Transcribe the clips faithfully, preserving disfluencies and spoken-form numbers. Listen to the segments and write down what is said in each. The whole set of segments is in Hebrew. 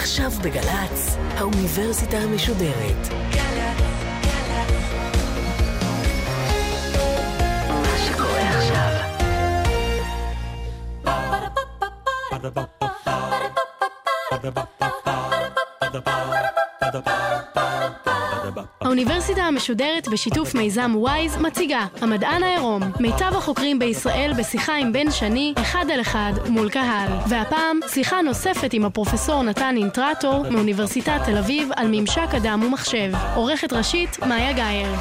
עכשיו בגלץ, האוניברסיטה המשודרת. מה שקורה עכשיו. האוניברסיטה המשודרת בשיתוף מיזם וויז מציגה המדען העירום, מיטב החוקרים בישראל בשיחה עם בן שני, אחד על אחד מול קהל. והפעם שיחה נוספת עם הפרופסור נתן אינטרטור מאוניברסיטת תל אביב על ממשק אדם ומחשב. עורכת ראשית מאיה גייר.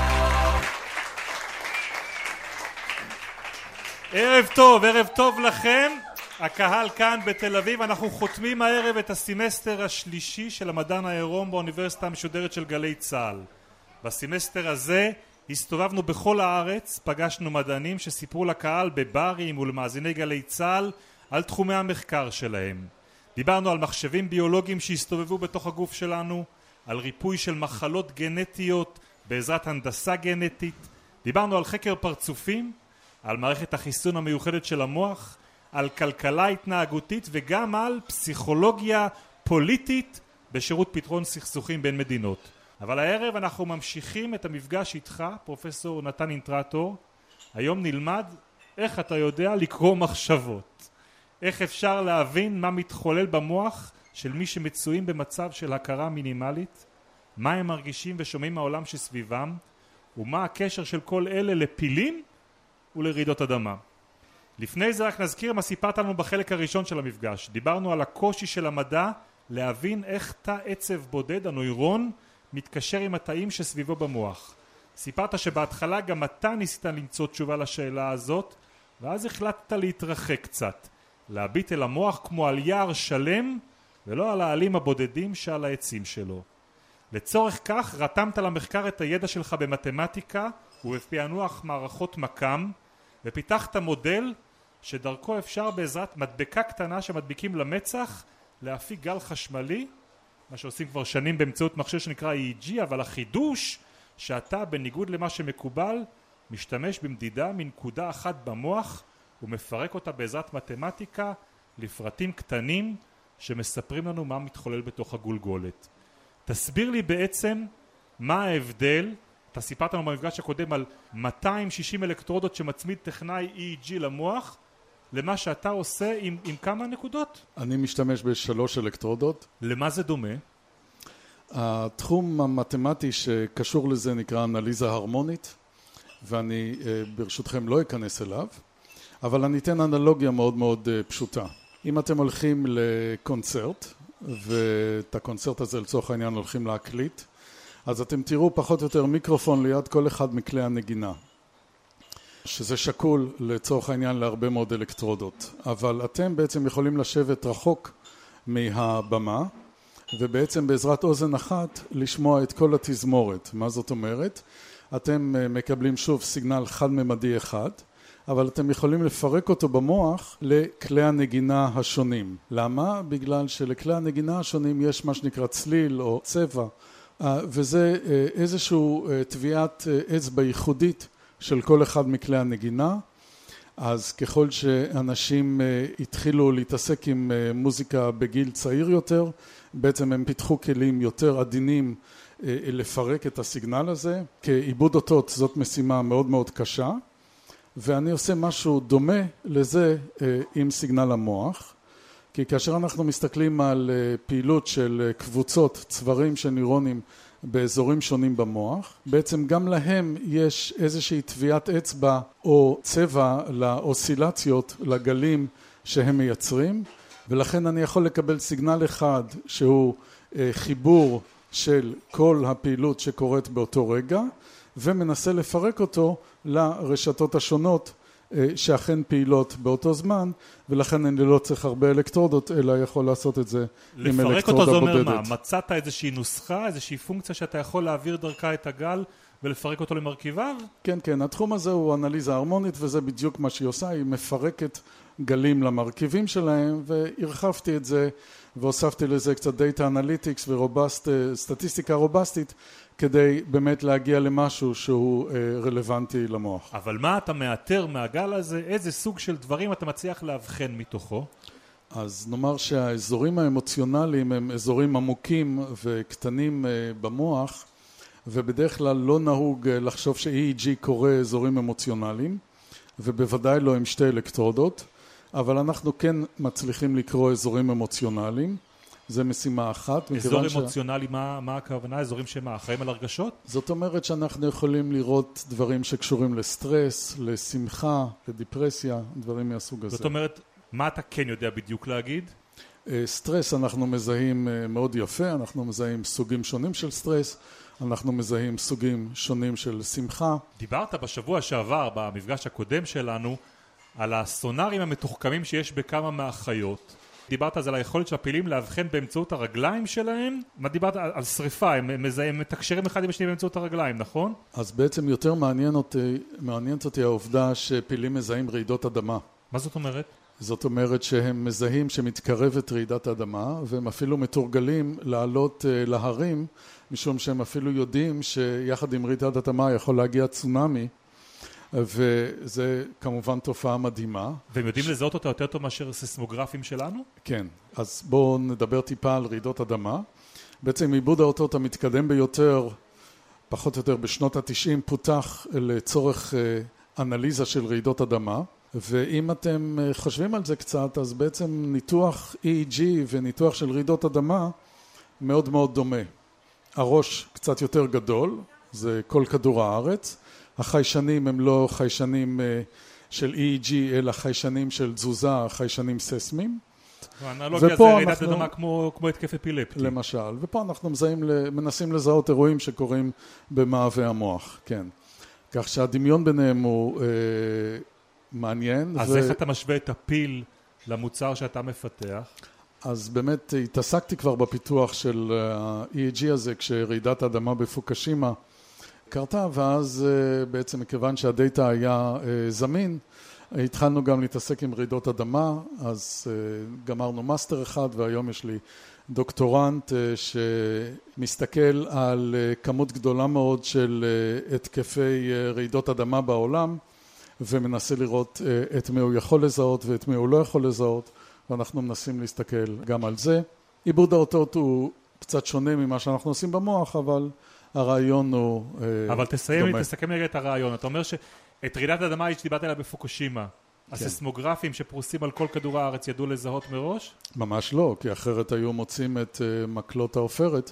ערב טוב, ערב טוב לכם. הקהל כאן בתל אביב. אנחנו חותמים הערב את הסמסטר השלישי של המדען העירום באוניברסיטה המשודרת של גלי צה"ל. בסמסטר הזה הסתובבנו בכל הארץ, פגשנו מדענים שסיפרו לקהל בברים ולמאזיני גלי צה"ל על תחומי המחקר שלהם. דיברנו על מחשבים ביולוגיים שהסתובבו בתוך הגוף שלנו, על ריפוי של מחלות גנטיות בעזרת הנדסה גנטית, דיברנו על חקר פרצופים, על מערכת החיסון המיוחדת של המוח, על כלכלה התנהגותית וגם על פסיכולוגיה פוליטית בשירות פתרון סכסוכים בין מדינות. אבל הערב אנחנו ממשיכים את המפגש איתך, פרופסור נתן אינטרטור. היום נלמד איך אתה יודע לקרוא מחשבות. איך אפשר להבין מה מתחולל במוח של מי שמצויים במצב של הכרה מינימלית, מה הם מרגישים ושומעים מהעולם שסביבם, ומה הקשר של כל אלה לפילים ולרעידות אדמה. לפני זה רק נזכיר מה סיפרת לנו בחלק הראשון של המפגש. דיברנו על הקושי של המדע להבין איך תא עצב בודד, הנוירון, מתקשר עם התאים שסביבו במוח. סיפרת שבהתחלה גם אתה ניסית למצוא תשובה לשאלה הזאת, ואז החלטת להתרחק קצת, להביט אל המוח כמו על יער שלם, ולא על העלים הבודדים שעל העצים שלו. לצורך כך רתמת למחקר את הידע שלך במתמטיקה ובפענוח מערכות מקם, ופיתחת מודל שדרכו אפשר בעזרת מדבקה קטנה שמדביקים למצח להפיק גל חשמלי, מה שעושים כבר שנים באמצעות מכשיר שנקרא אי אי ג'י, אבל החידוש שאתה בניגוד למה שמקובל משתמש במדידה מנקודה אחת במוח ומפרק אותה בעזרת מתמטיקה לפרטים קטנים שמספרים לנו מה מתחולל בתוך הגולגולת. תסביר לי בעצם מה ההבדל. אתה סיפרת לנו במפגש הקודם על מאתיים ושישים אלקטרודות שמצמיד טכנאי אי אי ג'י למוח, למה שאתה עושה עם, עם כמה נקודות? אני משתמש בשלוש אלקטרודות. למה זה דומה? התחום המתמטי שקשור לזה נקרא אנליזה הרמונית, ואני ברשותכם לא אכנס אליו, אבל אני אתן אנלוגיה מאוד מאוד פשוטה. אם אתם הולכים לקונצרט, ואת הקונצרט הזה לצורך העניין הולכים להקליט, אז אתם תראו פחות או יותר מיקרופון ליד כל אחד מכלי הנגינה, שזה שקול לצורך העניין להרבה מאוד אלקטרודות. אבל אתם בעצם יכולים לשבת רחוק מהבמה, ובעצם בעזרת אוזן אחת לשמוע את כל התזמורת. מה זאת אומרת? אתם מקבלים שוב סיגנל חד-ממדי אחד, אבל אתם יכולים לפרק אותו במוח לכלי הנגינה השונים. למה? בגלל שלכלי הנגינה השונים יש מה שנקרא צליל או צבע, וזה איזשהו טביעת אצבע ייחודית של כל אחד מכלי הנגינה. אז ככל שאנשים התחילו להתעסק עם מוזיקה בגיל צעיר יותר, בעצם הם פיתחו כלים יותר עדינים לפרק את הסיגנל הזה. כעיבוד אותות זאת משימה מאוד מאוד קשה, ואני עושה משהו דומה לזה עם סיגנל המוח. כי כאשר אנחנו מסתכלים על פעילות של קבוצות, צברים של נירונים באזורים שונים במוח, בעצם גם להם יש איזושהי טביעת אצבע או צבע לאוסילציות, לגלים שהם מייצרים, ולכן אני יכול לקבל סיגנל אחד שהוא חיבור של כל הפעילות שקורית באותו רגע, ומנסה לפרק אותו לרשתות השונות שאכן פעילות באותו זמן, ולכן אני לא צריך הרבה אלקטרודות, אלא יכול לעשות את זה עם אלקטרודה בודדת. לפרק אותו זה אומר מה? מצאת איזושהי נוסחה, איזושהי פונקציה שאתה יכול להעביר דרכה את הגל ולפרק אותו למרכיביו? כן, כן. התחום הזה הוא אנליזה הרמונית, וזה בדיוק מה שהיא עושה. היא מפרקת גלים למרכיבים שלהם, והרחבתי את זה, והוספתי לזה קצת דאטה אנליטיקס ורובסט, סטטיסטיקה רובסטית, כדי באמת להגיע למשהו שהוא רלוונטי למוח. אבל מה אתה מאתר מהגל הזה? איזה סוג של דברים אתה מצליח להבחן מתוכו? אז נאמר שהאזורים האמוציונליים הם אזורים עמוקים וקטנים במוח, ובדרך כלל לא נהוג לחשוב ש-E E G קורא אזורים אמוציונליים, ובוודאי לא עם שתי אלקטרודות, אבל אנחנו כן מצליחים לקרוא אזורים אמוציונליים. זה משימה אחת. אזור אמוציונלי, ש... מה, מה הכוונה? אזורים שמה? אחראים על הרגשות? זאת אומרת שאנחנו יכולים לראות דברים שקשורים לסטרס, לשמחה, לדיפרסיה, דברים מהסוג הזה. זאת אומרת, מה אתה כן יודע בדיוק להגיד? סטרס אנחנו מזהים מאוד יפה, אנחנו מזהים סוגים שונים של סטרס, אנחנו מזהים סוגים שונים של שמחה. דיברת בשבוע שעבר, במפגש הקודם שלנו, על הסונארים המתוחכמים שיש בכמה מהחיות. דיברת אז על היכולת של הפילים להבחן באמצעות הרגליים שלהם. מה דיברת? על שריפה, הם, הם מתקשרים אחד עם השני באמצעות הרגליים, נכון? אז בעצם יותר מעניין אותי, מעניינת אותי העובדה שפילים מזהים רעידות אדמה. מה זאת אומרת? זאת אומרת שהם מזהים שמתקרבת רעידת האדמה, והם אפילו מתורגלים לעלות להרים, משום שהם אפילו יודעים שיחד עם רעידת אדמה יכול להגיע צונאמי, וזה כמובן תופעה מדהימה. והם יודעים ש... לזהות אותה יותר טוב מאשר סיסמוגרפים שלנו? כן, אז בואו נדבר טיפה על רעידות אדמה. בעצם עיבוד האותות המתקדם ביותר, פחות או יותר בשנות ה-תשעים, פותח לצורך אנליזה של רעידות אדמה, ואם אתם חושבים על זה קצת, אז בעצם ניתוח E E G וניתוח של רעידות אדמה מאוד מאוד דומה. הראש קצת יותר גדול, זה כל כדור הארץ. החיישנים הם לא חיישנים של E E G, אלא חיישנים של תזוזה, חיישנים ססמיים. האנלוגיה זה רעידת אדמה כמו, כמו התקף אפילפטי. למשל, ופה אנחנו מזהים, מנסים לזהות אירועים שקורים במעבה המוח, כן. כך שהדמיון ביניהם הוא אה, מעניין. אז ו... איך אתה משווה את הפיל למוצר שאתה מפתח? אז באמת התעסקתי כבר בפיתוח של ה-E E G הזה, כשרעידת האדמה בפוקושימה קרתה, ואז בעצם מכיוון שהדאטה היה זמין, התחלנו גם להתעסק עם רעידות אדמה, אז גמרנו מאסטר אחד, והיום יש לי דוקטורנט שמסתכל על כמות גדולה מאוד של התקפי רעידות אדמה בעולם, ומנסה לראות את מי הוא יכול לזהות ואת מי הוא לא יכול לזהות, ואנחנו מנסים להסתכל גם על זה. עיבוד האותות הוא קצת שונה ממה שאנחנו עושים במוח, אבל הרעיון הוא דומה. אבל תסיים, תסכם נגד את הרעיון. אתה אומר שאת רעידת האדמה שדיברת עליה בפוקושימה, הסיסמוגרפים שפרוסים על כל כדור הארץ ידעו לזהות מראש? ממש לא, כי אחרת היו מוצאים את מקלות העופרת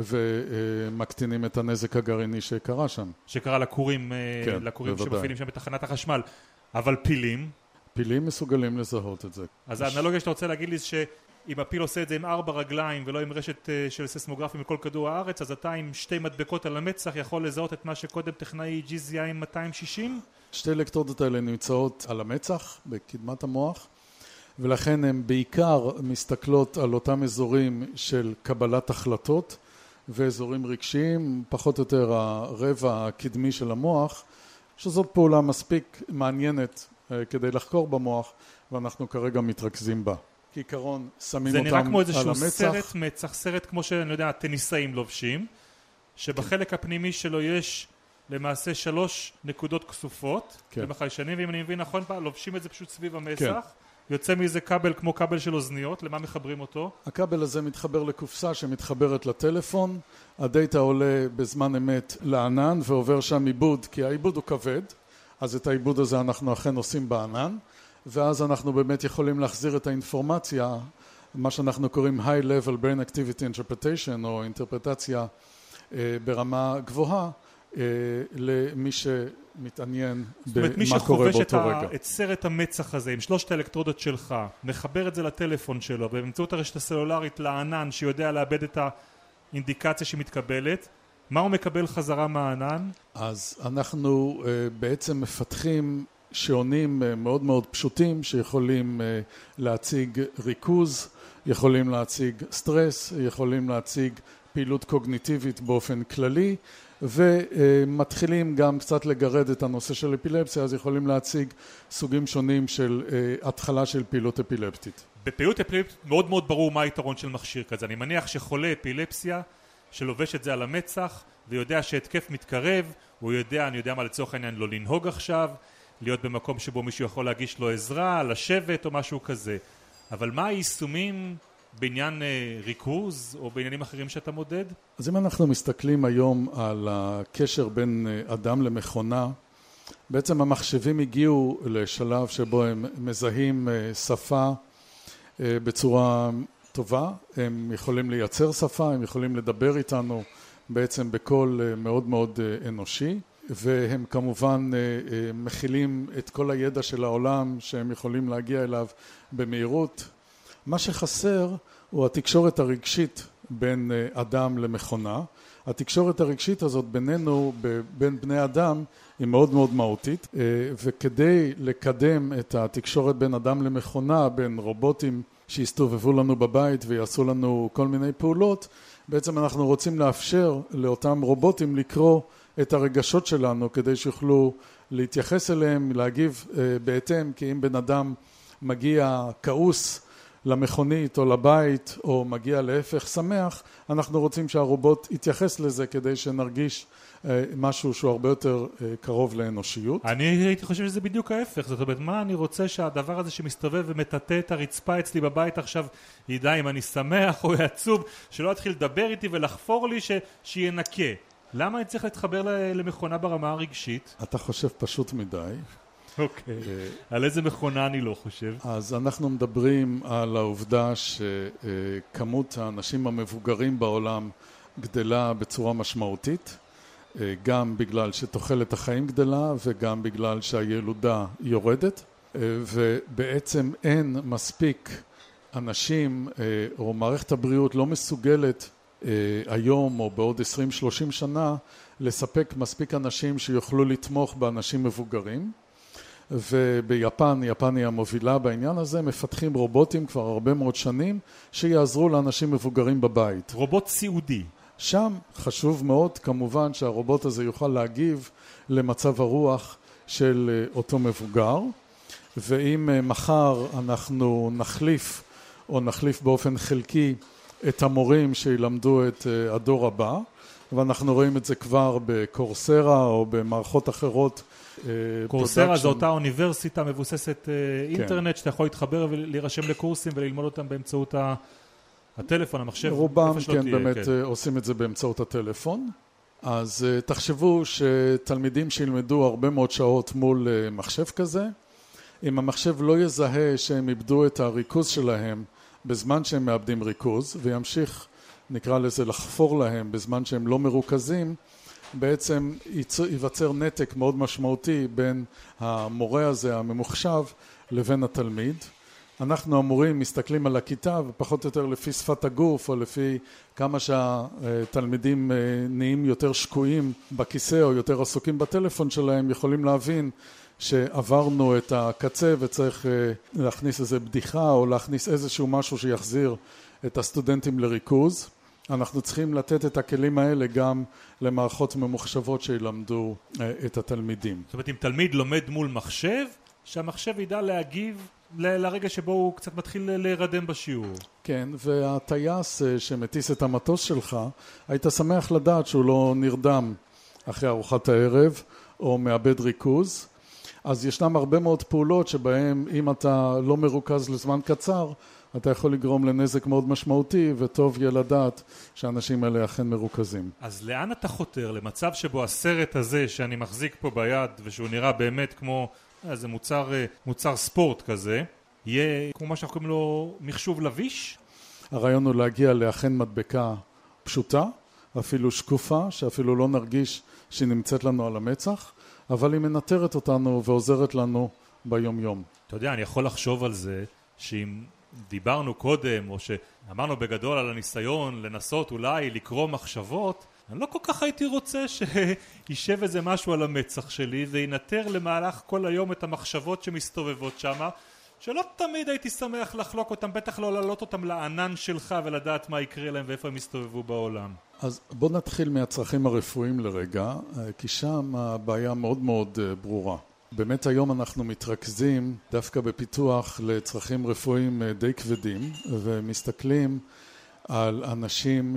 ומקטינים את הנזק הגרעיני שקרה שם. שקרה לכורים, כן, לכורים שמפעילים שם בתחנת החשמל. אבל פילים? פילים מסוגלים לזהות את זה. אז האנלוגיה שאתה רוצה להגיד לי זה שאם הפיל עושה את זה עם ארבע רגליים ולא עם רשת של סיסמוגרפים מכל כדור הארץ, אז אתה עם שתי מדבקות על המצח יכול לזהות את מה שקודם טכנאי ג'י זיהה עם מאתיים שישים? שתי אלקטרודות האלה נמצאות על המצח, בקדמת המוח, ולכן הן בעיקר מסתכלות על אותם אזורים של קבלת החלטות ואזורים רגשיים, פחות או יותר הרבע הקדמי של המוח, שזאת פעולה מספיק מעניינת כדי לחקור במוח, ואנחנו כרגע מתרכזים בה. כעיקרון שמים אותם על המצח. זה נראה כמו איזשהו סרט מצח, סרט כמו שאני יודע, הטניסאים לובשים, שבחלק הפנימי שלו יש למעשה שלוש נקודות כסופות, במחיישנים, ואם אני מבין נכון, לובשים את זה פשוט סביב המצח, יוצא מזה כבל כמו כבל של אוזניות, למה מחברים אותו? הכבל הזה מתחבר לקופסה שמתחברת לטלפון, הדאטה עולה בזמן אמת לענן ועובר שם עיבוד, כי העיבוד הוא כבד, אז את העיבוד הזה אנחנו אכן עושים בענן, ואז אנחנו באמת יכולים להחזיר את האינפורמציה, מה שאנחנו קוראים High Level Brain Activity Interpretation, או אינטרפרטציה אה, ברמה גבוהה, אה, למי שמתעניין במה קורה באותו רגע. מי שחובש את סרט המצח הזה עם שלושת האלקטרודות שלך, מחבר את זה לטלפון שלו, באמצעות הרשת הסלולרית לענן שיודע לאבד את האינדיקציה שמתקבלת, מה הוא מקבל חזרה מהענן? אז אנחנו uh, בעצם מפתחים שעונים uh, מאוד מאוד פשוטים שיכולים uh, להציג ריכוז, יכולים להציג סטרס, יכולים להציג פעילות קוגניטיבית באופן כללי, ומתחילים גם קצת לגרד את הנושא של אפילפסיה, אז יכולים להציג סוגים שונים של uh, התחלה של פעילות אפילפטית. בפעילות אפילפטית מאוד מאוד ברור מה היתרון של מכשיר כזה. אני מניח שחולה אפילפסיה שלובש את זה על המצח ויודע שהתקף מתקרב, הוא יודע, אני יודע מה לצורך העניין, לא לנהוג עכשיו, להיות במקום שבו מישהו יכול להגיש לו עזרה, לשבת או משהו כזה. אבל מה היישומים בעניין ריכוז או בעניינים אחרים שאתה מודד? אז אם אנחנו מסתכלים היום על הקשר בין אדם למכונה, בעצם המחשבים הגיעו לשלב שבו הם מזהים שפה בצורה טובה, הם יכולים לייצר שפה, הם יכולים לדבר איתנו בעצם בקול מאוד מאוד אנושי, והם כמובן מכילים את כל הידע של העולם שהם יכולים להגיע אליו במהירות. מה שחסר הוא התקשורת הרגשית בין אדם למכונה. התקשורת הרגשית הזאת בינינו, בין בני אדם, היא מאוד מאוד מהותית, וכדי לקדם את התקשורת בין אדם למכונה, בין רובוטים שיסתובבו לנו בבית ויעשו לנו כל מיני פעולות, בעצם אנחנו רוצים לאפשר לאותם רובוטים לקרוא את הרגשות שלנו כדי שיוכלו להתייחס אליהם, להגיב בהתאם, כי אם בן אדם מגיע כעוס למכונית או לבית או מגיע להפך שמח, אנחנו רוצים שהרובוט יתייחס לזה כדי שנרגיש משהו שהוא הרבה יותר קרוב לאנושיות. אני הייתי חושב שזה בדיוק ההפך, זאת אומרת, מה אני רוצה שהדבר הזה שמסתובב ומטאטא את הרצפה אצלי בבית עכשיו ידע אם אני שמח או עצוב, שלא יתחיל לדבר איתי ולחפור לי ש... שינקה. למה אני צריך להתחבר למכונה ברמה הרגשית? אתה חושב פשוט מדי. אוקיי. על איזה מכונה אני לא חושב? אז אנחנו מדברים על העובדה שכמות האנשים המבוגרים בעולם גדלה בצורה משמעותית, גם בגלל שתוחלת החיים גדלה וגם בגלל שהילודה יורדת, ובעצם אין מספיק אנשים או מערכת הבריאות לא מסוגלת היום או בעוד עשרים שלושים שנה לספק מספיק אנשים שיוכלו לתמוך באנשים מבוגרים. וביפן, יפן היא המובילה בעניין הזה, מפתחים רובוטים כבר הרבה מאוד שנים שיעזרו לאנשים מבוגרים בבית. רובוט סיעודי. שם חשוב מאוד כמובן שהרובוט הזה יוכל להגיב למצב הרוח של אותו מבוגר, ואם מחר אנחנו נחליף או נחליף באופן חלקי את המורים שילמדו את הדור הבא, ואנחנו רואים את זה כבר בקורסרה או במערכות אחרות. קורסרה זו אותה אוניברסיטה מבוססת אינטרנט, שאתה יכול להתחבר ולהירשם לקורסים וללמוד אותם באמצעות הטלפון, המחשב. רובם כן באמת עושים את זה באמצעות הטלפון. אז תחשבו שתלמידים שילמדו הרבה מאוד שעות מול מחשב כזה, אם המחשב לא יזהה שהם איבדו את הריכוז שלהם בזמן שהם מאבדים ריכוז, וימשיך, נקרא לזה, לחפור להם בזמן שהם לא מרוכזים, בעצם ייווצר נתק מאוד משמעותי בין המורה הזה, הממוחשב, לבין התלמיד. אנחנו המורים מסתכלים על הכיתה ופחות או יותר לפי שפת הגוף או לפי כמה שהתלמידים נהיים יותר שקועים בכיסא או יותר עסוקים בטלפון שלהם, יכולים להבין שעברנו את הקצה וצריך להכניס איזה בדיחה או להכניס איזשהו משהו שיחזיר את הסטודנטים לריכוז. אנחנו צריכים לתת את הכלים האלה גם למערכות ממוחשבות שילמדו את התלמידים. זאת אומרת, אם תלמיד לומד מול מחשב, שהמחשב ידע להגיב ל- לרגע שבו הוא קצת מתחיל להירדם בשיעור. כן, והטייס שמטיס את המטוס שלך, היית שמח לדעת שהוא לא נרדם אחרי ארוחת הערב או מאבד ריכוז. אז ישנם הרבה מאוד פעולות שבהם אם אתה לא מרוכז לזמן קצר, אתה יכול לגרום לנזק מאוד משמעותי, וטוב יהיה לדעת שהאנשים האלה אכן מרוכזים. אז לאן אתה חותר? למצב שבו הסרט הזה שאני מחזיק פה ביד, ושהוא נראה באמת כמו איזה מוצר, מוצר ספורט כזה, יהיה כמו מה שאנחנו קוראים לו מחשוב לביש? הרעיון הוא להגיע לאכן מדבקה פשוטה, אפילו שקופה, שאפילו לא נרגיש שהיא נמצאת לנו על המצח, אבל היא מנטרת אותנו ועוזרת לנו ביום יום. אתה יודע, אני יכול לחשוב על זה שאם דיברנו קודם, או שאמרנו בגדול על הניסיון לנסות אולי לקרוא מחשבות, אני לא כל כך הייתי רוצה שישב איזה משהו על המצח שלי וינטר למהלך כל היום את המחשבות שמסתובבות שמה, שלא תמיד הייתי שמח לחלוק אותם, בטח לא להעלות אותם לענן שלך ולדעת מה יקרה להם ואיפה הם יסתובבו בעולם. אז בוא נתחיל מהצרכים הרפואיים לרגע, כי שם הבעיה מאוד מאוד ברורה. באמת היום אנחנו מתרכזים דווקא בפיתוח לצרכים רפואיים די כבדים, ומסתכלים על אנשים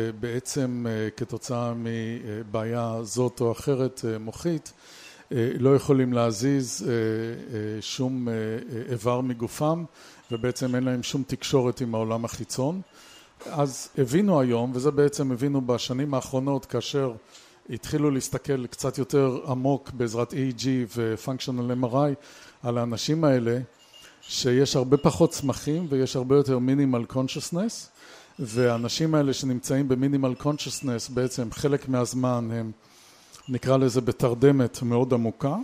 שבעצם כתוצאה מבעיה זאת או אחרת מוחית, לא יכולים להזיז שום איבר מגופם, ובעצם אין להם שום תקשורת עם העולם החיצון. אז הבינו היום, וזה בעצם הבינו בשנים האחרונות, כאשר התחילו להסתכל קצת יותר עמוק בעזרת E E G ו-Functional M R I על האנשים האלה, שיש הרבה פחות צמחים ויש הרבה יותר Minimal Consciousness, והאנשים האלה שנמצאים ב-Minimal Consciousness בעצם חלק מהזמן הם, נקרא לזה בתרדמת מאוד עמוקה,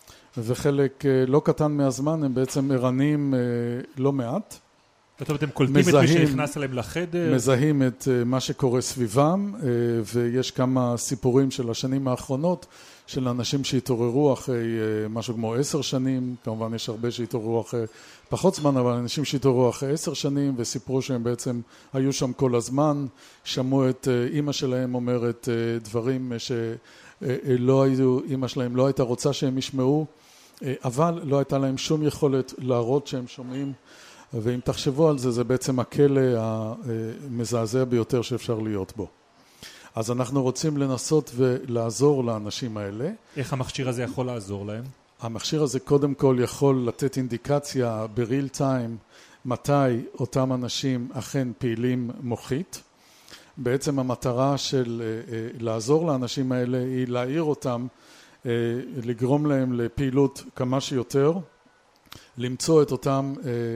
וחלק לא קטן מהזמן הם בעצם ערניים לא מעט. זאת אומרת, הם קולטים את מי שנכנס אליהם לחדר? מזהים את מה שקורה סביבם, ויש כמה סיפורים של השנים האחרונות, של אנשים שהתעוררו אחרי משהו כמו עשר שנים, כמובן יש הרבה שהתעוררו אחרי פחות זמן, אבל אנשים שהתעוררו אחרי עשר שנים, וסיפרו שהם בעצם היו שם כל הזמן, שמעו את אמא שלהם אומרת דברים שלא היו, אמא שלהם לא הייתה רוצה שהם ישמעו, אבל לא הייתה להם שום יכולת להראות שהם שומעים, ואם תחשבו על זה, זה בעצם הכלא המזעזע ביותר שאפשר להיות בו. אז אנחנו רוצים לנסות ולעזור לאנשים האלה. איך המכשיר הזה יכול לעזור להם? המכשיר הזה קודם כל יכול לתת אינדיקציה בריל טיים, מתי אותם אנשים אכן פעילים מוחית. בעצם המטרה של לעזור לאנשים האלה היא להעיר אותם, לגרום להם לפעילות כמה שיותר, למצוא את אותם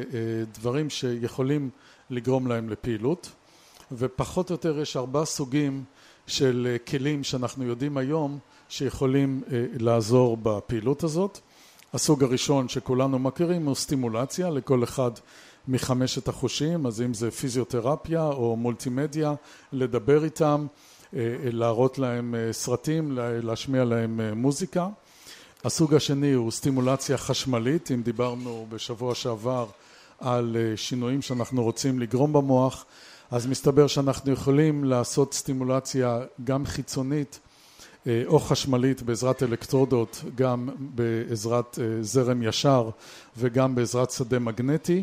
דברים שיכולים לגרום להם לפעילות, ופחות או יותר יש ארבעה סוגים של כלים שאנחנו יודעים היום שיכולים לעזור בפעילות הזאת. הסוג הראשון שכולנו מכירים הוא סטימולציה לכל אחד מחמשת החושים, אז אם זה פיזיותרפיה או מולטימדיה, לדבר איתם, להראות להם סרטים, להשמיע להם מוזיקה. הסוג השני הוא סטימולציה חשמלית, אם דיברנו בשבוע שעבר על שינויים שאנחנו רוצים לגרום במוח, אז מסתבר שאנחנו יכולים לעשות סטימולציה גם חיצונית או חשמלית בעזרת אלקטרודות, גם בעזרת זרם ישר וגם בעזרת שדה מגנטי,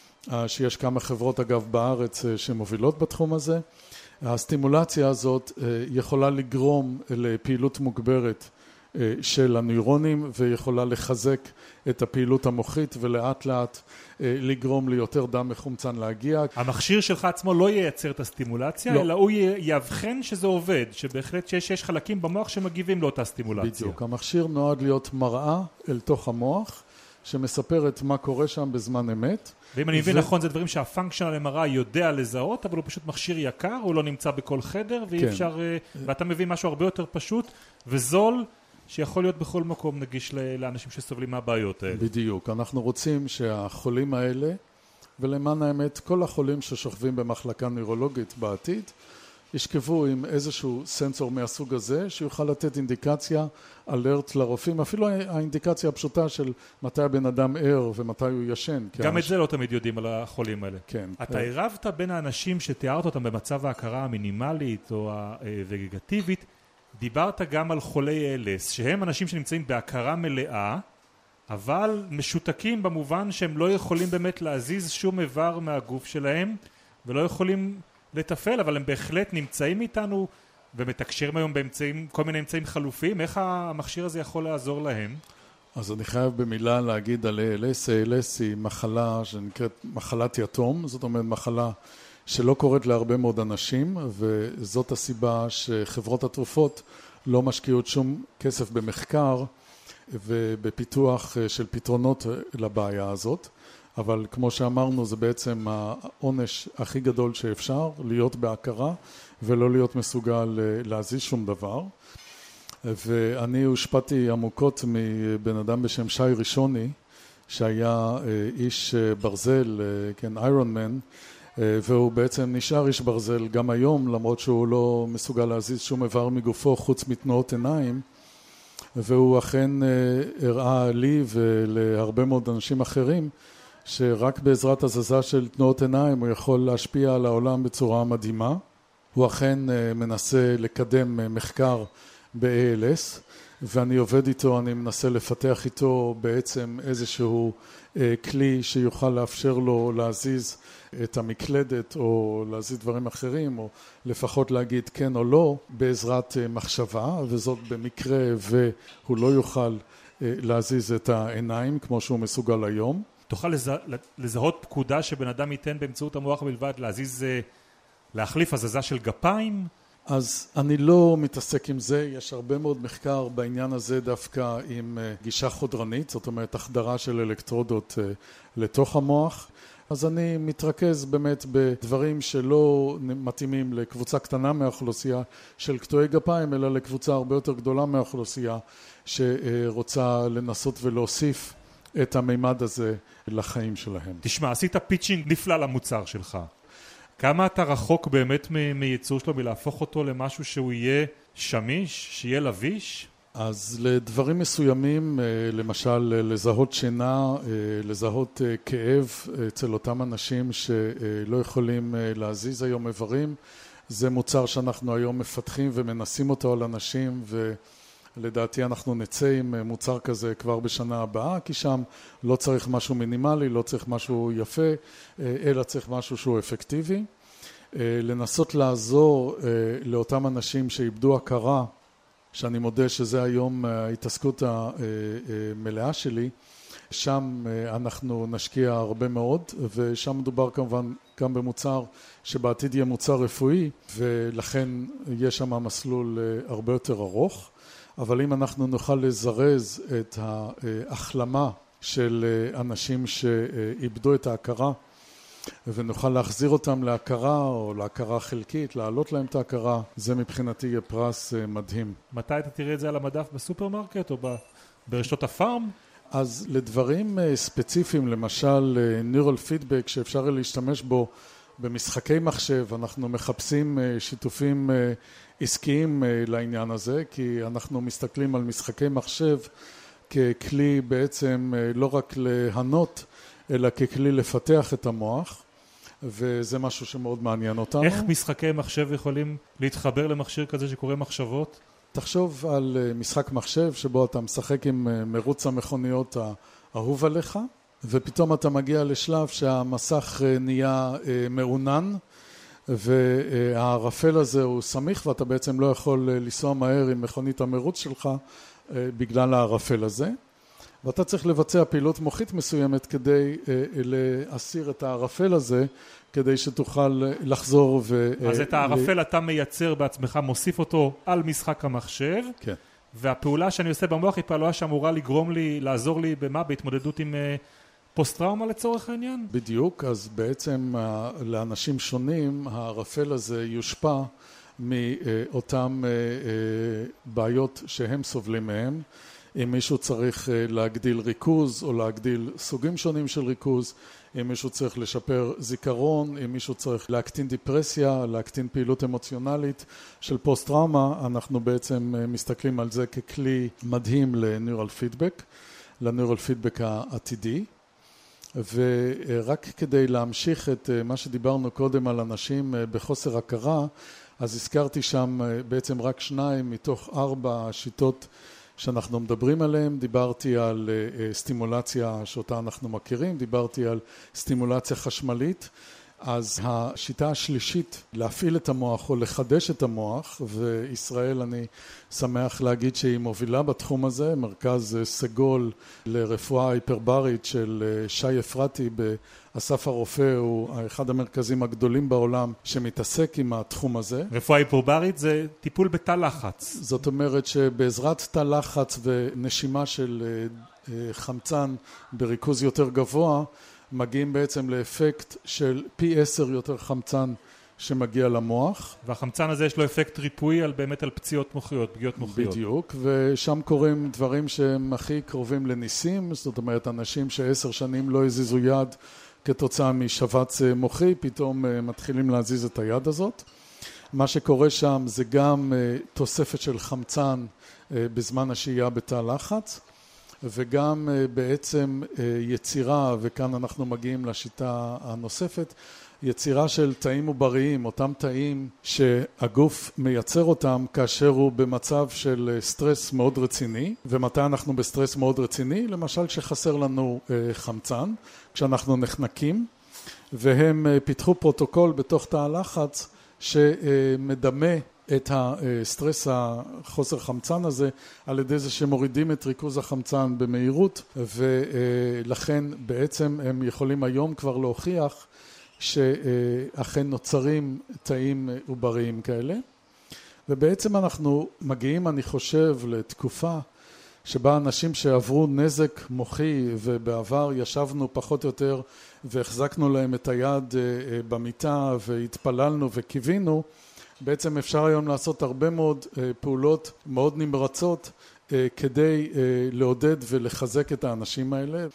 שיש כמה חברות אגב בארץ שמובילות בתחום הזה. הסטימולציה הזאת יכולה לגרום לפעילות מוגברת של הנוירונים ויכולה לחזק את הפעילות המוחית ולאט לאט לגרום ליותר דם מחומצן להגיע. המכשיר שלך עצמו לא ייצר את הסטימולציה, לא. אלא הוא יבחן שזה עובד, שבהחלט שיש, שיש חלקים במוח שמגיבים לאותה סטימולציה. בדיוק, המכשיר נועד להיות מראה אל תוך המוח, שמספרת מה קורה שם בזמן אמת. ואם אני מבין ו... נכון, זה דברים שהפונקשיונל אם אר איי יודע לזהות, אבל הוא פשוט מכשיר יקר, הוא לא נמצא בכל חדר, ואי כן. אפשר, ואתה מביא משהו הרבה יותר פשוט וזול, שיכול להיות בכל מקום נגיש לאנשים שסובלים מהבעיות האלה. בדיוק. אנחנו רוצים שהחולים האלה, ולמען האמת, כל החולים ששוכבים במחלקה נוירולוגית בעתיד, ישכבו עם איזשהו סנסור מהסוג הזה, שיוכל לתת אינדיקציה, אלרט לרופאים, אפילו האינדיקציה הפשוטה של מתי הבן אדם ער ומתי הוא ישן. גם את זה לא תמיד יודעים על החולים האלה. כן. אתה עירבת בין האנשים שתיארת אותם במצב ההכרה המינימלית או הווגטטיבית, דיברת גם על חולי אל אס, שהם אנשים שנמצאים בהכרה מלאה, אבל משותקים במובן שהם לא יכולים באמת להזיז שום איבר מהגוף שלהם, ולא יכולים לטפל, אבל הם בהחלט נמצאים איתנו, ומתקשרים היום באמצעים, כל מיני אמצעים חלופיים. איך המכשיר הזה יכול לעזור להם? אז אני חייב במילה להגיד על אל אס. אל אס היא מחלה שנקראת מחלת יתום, זאת אומרת מחלה שלא קורית להרבה מאוד אנשים, וזאת הסיבה שחברות התרופות לא משקיעות שום כסף במחקר ובפיתוח של פתרונות לבעיה הזאת. אבל כמו שאמרנו, זה בעצם העונש הכי גדול שאפשר, להיות בהכרה ולא להיות מסוגל להזיז שום דבר. ואני הושפעתי עמוקות מבן אדם בשם שי ראשוני, שהיה איש ברזל, כן, איירון מן, והוא בעצם נשאר איש ברזל גם היום, למרות שהוא לא מסוגל להזיז שום איבר מגופו חוץ מתנועות עיניים, והוא אכן הראה לי ולהרבה מאוד אנשים אחרים, שרק בעזרת הזזה של תנועות עיניים הוא יכול להשפיע על העולם בצורה מדהימה. הוא אכן מנסה לקדם מחקר ב-איי אל אס, ואני עובד איתו, אני מנסה לפתח איתו בעצם איזשהו כלי שיוכל לאפשר לו להזיז את המקלדת או להזיז דברים אחרים, או לפחות להגיד כן או לא בעזרת מחשבה, וזאת במקרה והוא לא יוכל להזיז את העיניים כמו שהוא מסוגל היום. תוכל לזה, לזהות פקודה שבן אדם ייתן באמצעות המוח בלבד, להזיז, להחליף הזזה של גפיים? אז אני לא מתעסק עם זה, יש הרבה מאוד מחקר בעניין הזה דווקא עם גישה חודרנית, זאת אומרת החדרה של אלקטרודות לתוך המוח. אז אני מתרכז באמת בדברים שלא מתאימים לקבוצה קטנה מהאוכלוסייה של קטועי גפיים, אלא לקבוצה הרבה יותר גדולה מהאוכלוסייה שרוצה לנסות ולהוסיף את המימד הזה לחיים שלהם. תשמע, עשית פיצ'ינג נפלא למוצר שלך. כמה אתה רחוק באמת מייצור שלו, מלהפוך אותו למשהו שהוא יהיה שמיש, שיהיה לביש? אז לדברים מסוימים, למשל לזהות שינה, לזהות כאב אצל אותם אנשים שלא יכולים להזיז היום איברים, זה מוצר שאנחנו היום מפתחים ומנסים אותו על אנשים, ולדעתי אנחנו נצא עם מוצר כזה כבר בשנה הבאה, כי שם לא צריך משהו מינימלי, לא צריך משהו יפה, אלא צריך משהו שהוא אפקטיבי. לנסות לעזור לאותם אנשים שאיבדו הכרה, שאני מודה שזה היום ההתעסקות המלאה שלי, שם אנחנו נשקיע הרבה מאוד, ושם מדובר כמובן גם במוצר שבעתיד יהיה מוצר רפואי, ולכן יש שם מסלול הרבה יותר ארוך. אבל אם אנחנו נוכל לזרז את ההחלמה של אנשים שאיבדו את ההכרה, ונוכל להחזיר אותם להכרה או להכרה חלקית, להעלות להם את ההכרה, זה מבחינתי יהיה פרס מדהים. מתי אתה תראה את זה על המדף בסופרמרקט או ברשתות הפארם? אז לדברים ספציפיים, למשל ניורל פידבק שאפשר להשתמש בו במשחקי מחשב, אנחנו מחפשים שיתופים עסקיים לעניין הזה, כי אנחנו מסתכלים על משחקי מחשב ככלי בעצם לא רק להנות, אלא ככלי לפתח את המוח, וזה משהו שמאוד מעניין אותנו. איך משחקי מחשב יכולים להתחבר למכשיר כזה שקורא מחשבות? תחשוב על משחק מחשב שבו אתה משחק עם מרוץ המכוניות האהוב עליך, ופתאום אתה מגיע לשלב שהמסך נהיה מעונן, והערפל הזה הוא סמיך, ואתה בעצם לא יכול לנסוע מהר עם מכונית המרוץ שלך בגלל הערפל הזה. ואתה צריך לבצע פעילות מוחית מסוימת כדי להסיר את הערפל הזה, כדי שתוכל לחזור ו... אז את הערפל אתה מייצר בעצמך, מוסיף אותו על משחק המחשב. כן. והפעולה שאני עושה במוח היא פעולה שאמורה לגרום לי, לעזור לי במה? בהתמודדות עם פוסט-טראומה לצורך העניין? בדיוק, אז בעצם לאנשים שונים הערפל הזה יושפע מאותם בעיות שהם סובלים מהם. אם מישהו צריך להגדיל ריכוז או להגדיל סוגים שונים של ריכוז, אם מישהו צריך לשפר זיכרון, אם מישהו צריך להקטין דיפרסיה, להקטין פעילות אמוציונלית של פוסט-טראומה, אנחנו בעצם מסתכלים על זה ככלי מדהים לניורל פידבק, לניורל פידבק העתידי. ורק כדי להמשיך את מה שדיברנו קודם על אנשים בחוסר הכרה, אז הזכרתי שם בעצם רק שניים מתוך ארבע שיטות שאנחנו מדברים עליהם. דיברתי על סטימולציה שאותה אנחנו מכירים, דיברתי על סטימולציה חשמלית. אז השיטה השלישית, להפעיל את המוח או לחדש את המוח, וישראל אני שמח להגיד שהיא מובילה בתחום הזה, מרכז סגול לרפואה היפרברית של שי אפרתי באסף הרופא, הוא אחד המרכזים הגדולים בעולם שמתעסק עם התחום הזה. רפואה היפרברית זה טיפול בתא לחץ. זאת אומרת שבעזרת תא לחץ ונשימה של חמצן בריכוז יותר גבוה, מגיעים בעצם לאפקט של פי עשר יותר חמצן שמגיע למוח. והחמצן הזה יש לו אפקט ריפוי על באמת על פציעות מוחיות, פגיעות מוחיות. בדיוק, ושם קורים דברים שהם הכי קרובים לניסים, זאת אומרת אנשים שעשר שנים לא הזיזו יד כתוצאה משבץ מוחי, פתאום מתחילים להזיז את היד הזאת. מה שקורה שם זה גם תוספת של חמצן בזמן השהייה בתא לחץ, וגם בעצם יצירה, וכאן אנחנו מגיעים לשיטה הנוספת, יצירה של תאים עובריים, אותם תאים שהגוף מייצר אותם כאשר הוא במצב של סטרס מאוד רציני. ומתי אנחנו בסטרס מאוד רציני? למשל שחסר לנו חמצן, כשאנחנו נחנקים, והם פיתחו פרוטוקול בתוך תא הלחץ שמדמה את הסטרס החוסר חמצן הזה על ידי זה שמורידים את ריכוז החמצן במהירות, ולכן בעצם הם יכולים היום כבר להוכיח שאכן נוצרים תאים עובריים כאלה. ובעצם אנחנו מגיעים, אני חושב, לתקופה שבה אנשים שעברו נזק מוחי ובעבר ישבנו פחות או יותר והחזקנו להם את היד במיטה והתפללנו וקיווינו, בעצם אפשר היום לעשות הרבה מאוד פעולות מאוד נמרצות כדי לעודד ולחזק את האנשים האלה.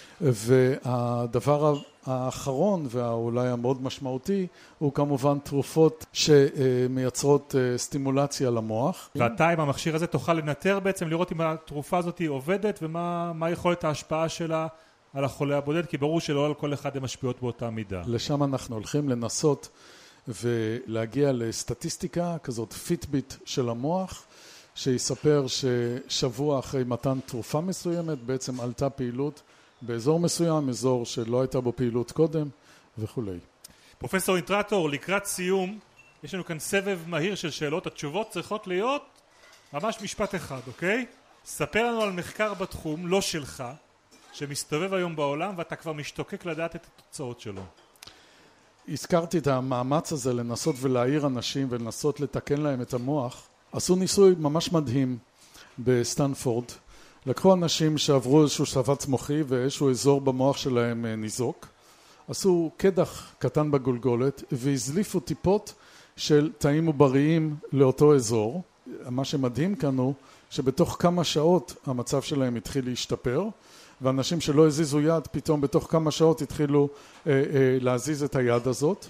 והדבר האחרון ואולי המאוד משמעותי הוא כמובן תרופות שמייצרות סטימולציה למוח. ואתה עם המכשיר הזה תוכל לנטר בעצם, לראות אם התרופה הזאת היא עובדת ומה מה יכולת ההשפעה שלה על החולה הבודד, כי ברור שלא על כל אחד הן משפיעות באותה מידה. לשם אנחנו הולכים לנסות ולהגיע לסטטיסטיקה כזאת פיטביט של המוח, שיספר ששבוע אחרי מתן תרופה מסוימת בעצם עלתה פעילות באזור מסוים, אזור שלא הייתה בו פעילות קודם וכו'. פרופסור אינטרטור, לקראת סיום, יש לנו כאן סבב מהיר של שאלות. התשובות צריכות להיות ממש משפט אחד, אוקיי? ספר לנו על מחקר בתחום, לא שלך, שמסתובב היום בעולם ואתה כבר משתוקק לדעת את התוצאות שלו. הזכרתי את המאמץ הזה לנסות ולהעיר אנשים ולנסות לתקן להם את המוח. עשו ניסוי ממש מדהים בסטנפורד. לקחו אנשים שעברו איזשהו שבץ מוחי ואיזשהו אזור במוח שלהם ניזוק. עשו קדח קטן בגולגולת והזליפו טיפות של תאים עובריים לאותו אזור. מה שמדהים כאן הוא שבתוך כמה שעות המצב שלהם התחיל להשתפר, ואנשים שלא הזיזו יד פתאום בתוך כמה שעות התחילו אה, אה, להזיז את היד הזאת.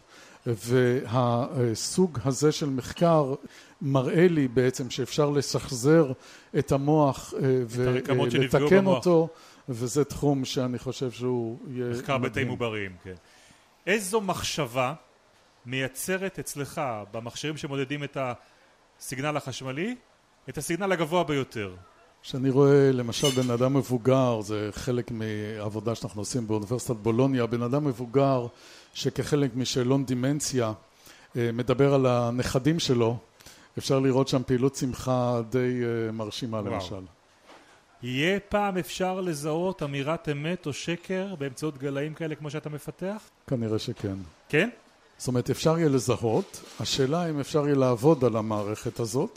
והסוג הזה של מחקר מראה לי בעצם שאפשר לשחזר את המוח ולתקן אותו, וזה תחום שאני חושב שהוא יהיה מדהים. מחקר בתאים עובריים, כן. איזו מחשבה מייצרת אצלך במכשירים שמודדים את הסיגנל החשמלי, את הסיגנל הגבוה ביותר? שאני רואה למשל בן אדם מבוגר, זה חלק מעבודה שאנחנו עושים באוניברסיטת בולוניה, בן אדם מבוגר שכחלק משאלון דימנציה מדבר על הנכדים שלו, אפשר לראות שם פעילות שמחה די מרשימה. וואו. למשל. יהיה פעם אפשר לזהות אמירת אמת או שקר באמצעות גלאים כאלה כמו שאתה מפתח? כנראה שכן. כן? זאת אומרת אפשר יהיה לזהות, השאלה אם אפשר יהיה לעבוד על המערכת הזאת.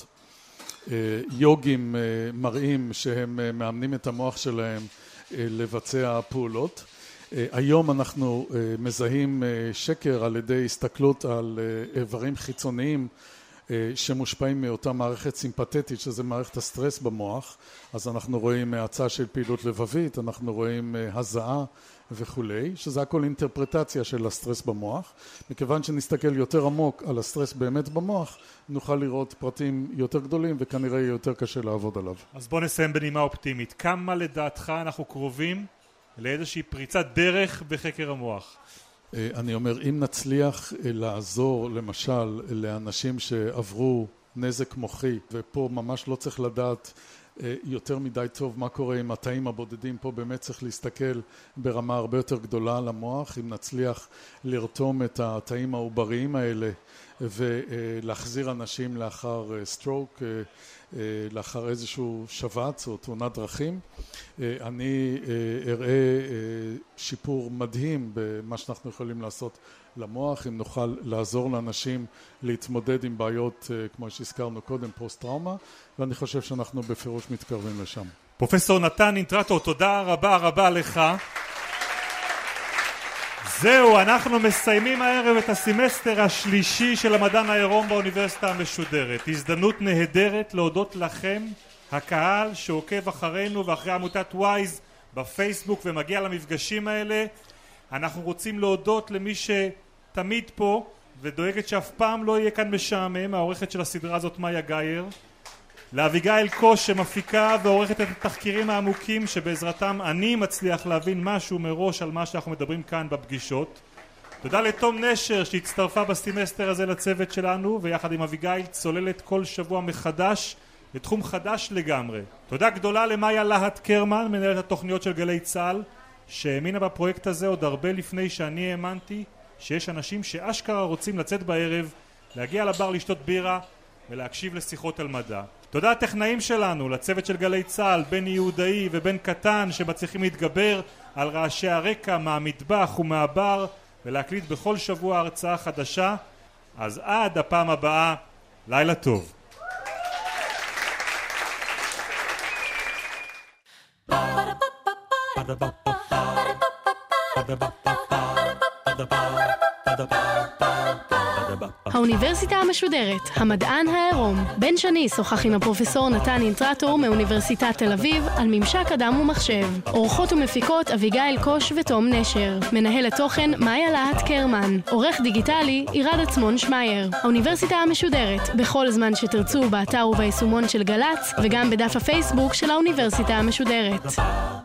יוגים מראים שהם מאמנים את המוח שלהם לבצע פעולות. היום אנחנו מזהים שקר על ידי הסתכלות על איברים חיצוניים שמושפעים מאותה מערכת סימפתטית, שזה מערכת הסטרס במוח. אז אנחנו רואים האצה של פעילות לבבית, אנחנו רואים הזעה וכולי, שזה הכל אינטרפרטציה של הסטרס במוח. מכיוון שנסתכל יותר עמוק על הסטרס באמת במוח, נוכל לראות פרטים יותר גדולים וכנראה יהיה יותר קשה לעבוד עליו. אז בוא נסיים בנימה אופטימית. כמה לדעתך אנחנו קרובים לאיזושהי פריצת דרך בחקר המוח? אני אומר, אם נצליח לעזור למשל לאנשים שעברו נזק מוחי, ופה ממש לא צריך לדעת יותר מדי טוב מה קורה עם התאים הבודדים, פה באמת צריך להסתכל ברמה הרבה יותר גדולה על המוח. אם נצליח לרתום את התאים העובריים האלה ולהחזיר אנשים לאחר סטרוק, לאחר איזשהו שבץ או תאונת דרכים, אני אראה שיפור מדהים במה שאנחנו יכולים לעשות למוח, אם נוכל לעזור לאנשים להתמודד עם בעיות כמו שהזכרנו קודם, פוסט טראומה, ואני חושב שאנחנו בפירוש מתקרבים לשם. פרופסור נתן אינטרטור, תודה רבה רבה לך. זהו, אנחנו מסיימים הערב את הסמסטר השלישי של המדען העירום באוניברסיטה המשודרת. הזדמנות נהדרת להודות לכם, הקהל שעוקב אחרינו ואחרי עמותת וויז בפייסבוק ומגיע למפגשים האלה. אנחנו רוצים להודות למי שתמיד פה ודואגת שאף פעם לא יהיה כאן משעמם, העורכת של הסדרה הזאת מאיה גייר, לאביגיל קוש שמפיקה ועורכת את התחקירים העמוקים שבעזרתם אני מצליח להבין משהו מראש על מה שאנחנו מדברים כאן בפגישות. תודה לתום נשר שהצטרפה בסמסטר הזה לצוות שלנו ויחד עם אביגיל צוללת כל שבוע מחדש לתחום חדש לגמרי. תודה גדולה למאיה להט קרמן, מנהלת התוכניות של גלי צהל, שהאמינה בפרויקט הזה עוד הרבה לפני שאני האמנתי שיש אנשים שאשכרה רוצים לצאת בערב, להגיע לבר לשתות בירה ולהקשיב לשיחות על מדע. תודה הטכנאים שלנו, לצוות של גלי צהל, בן יהודאי ובן קטן שמצליחים להתגבר על רעשי הרקע מהמטבח ומהבר ולהקליט בכל שבוע הרצאה חדשה. אז עד הפעם הבאה, לילה טוב. האוניברסיטה המשודרת, המדען העירום. בן שני שוחח עם הפרופסור נתן אינטרטור מאוניברסיטת תל אביב על ממשק אדם ומחשב. אורחות ומפיקות אביגיל קוש ותום נשר. מנהל התוכן מאיה להט קרמן. עורך דיגיטלי עירד עצמון שמייר. האוניברסיטה המשודרת, בכל זמן שתרצו באתר וביישומון של גל"צ וגם בדף הפייסבוק של האוניברסיטה המשודרת.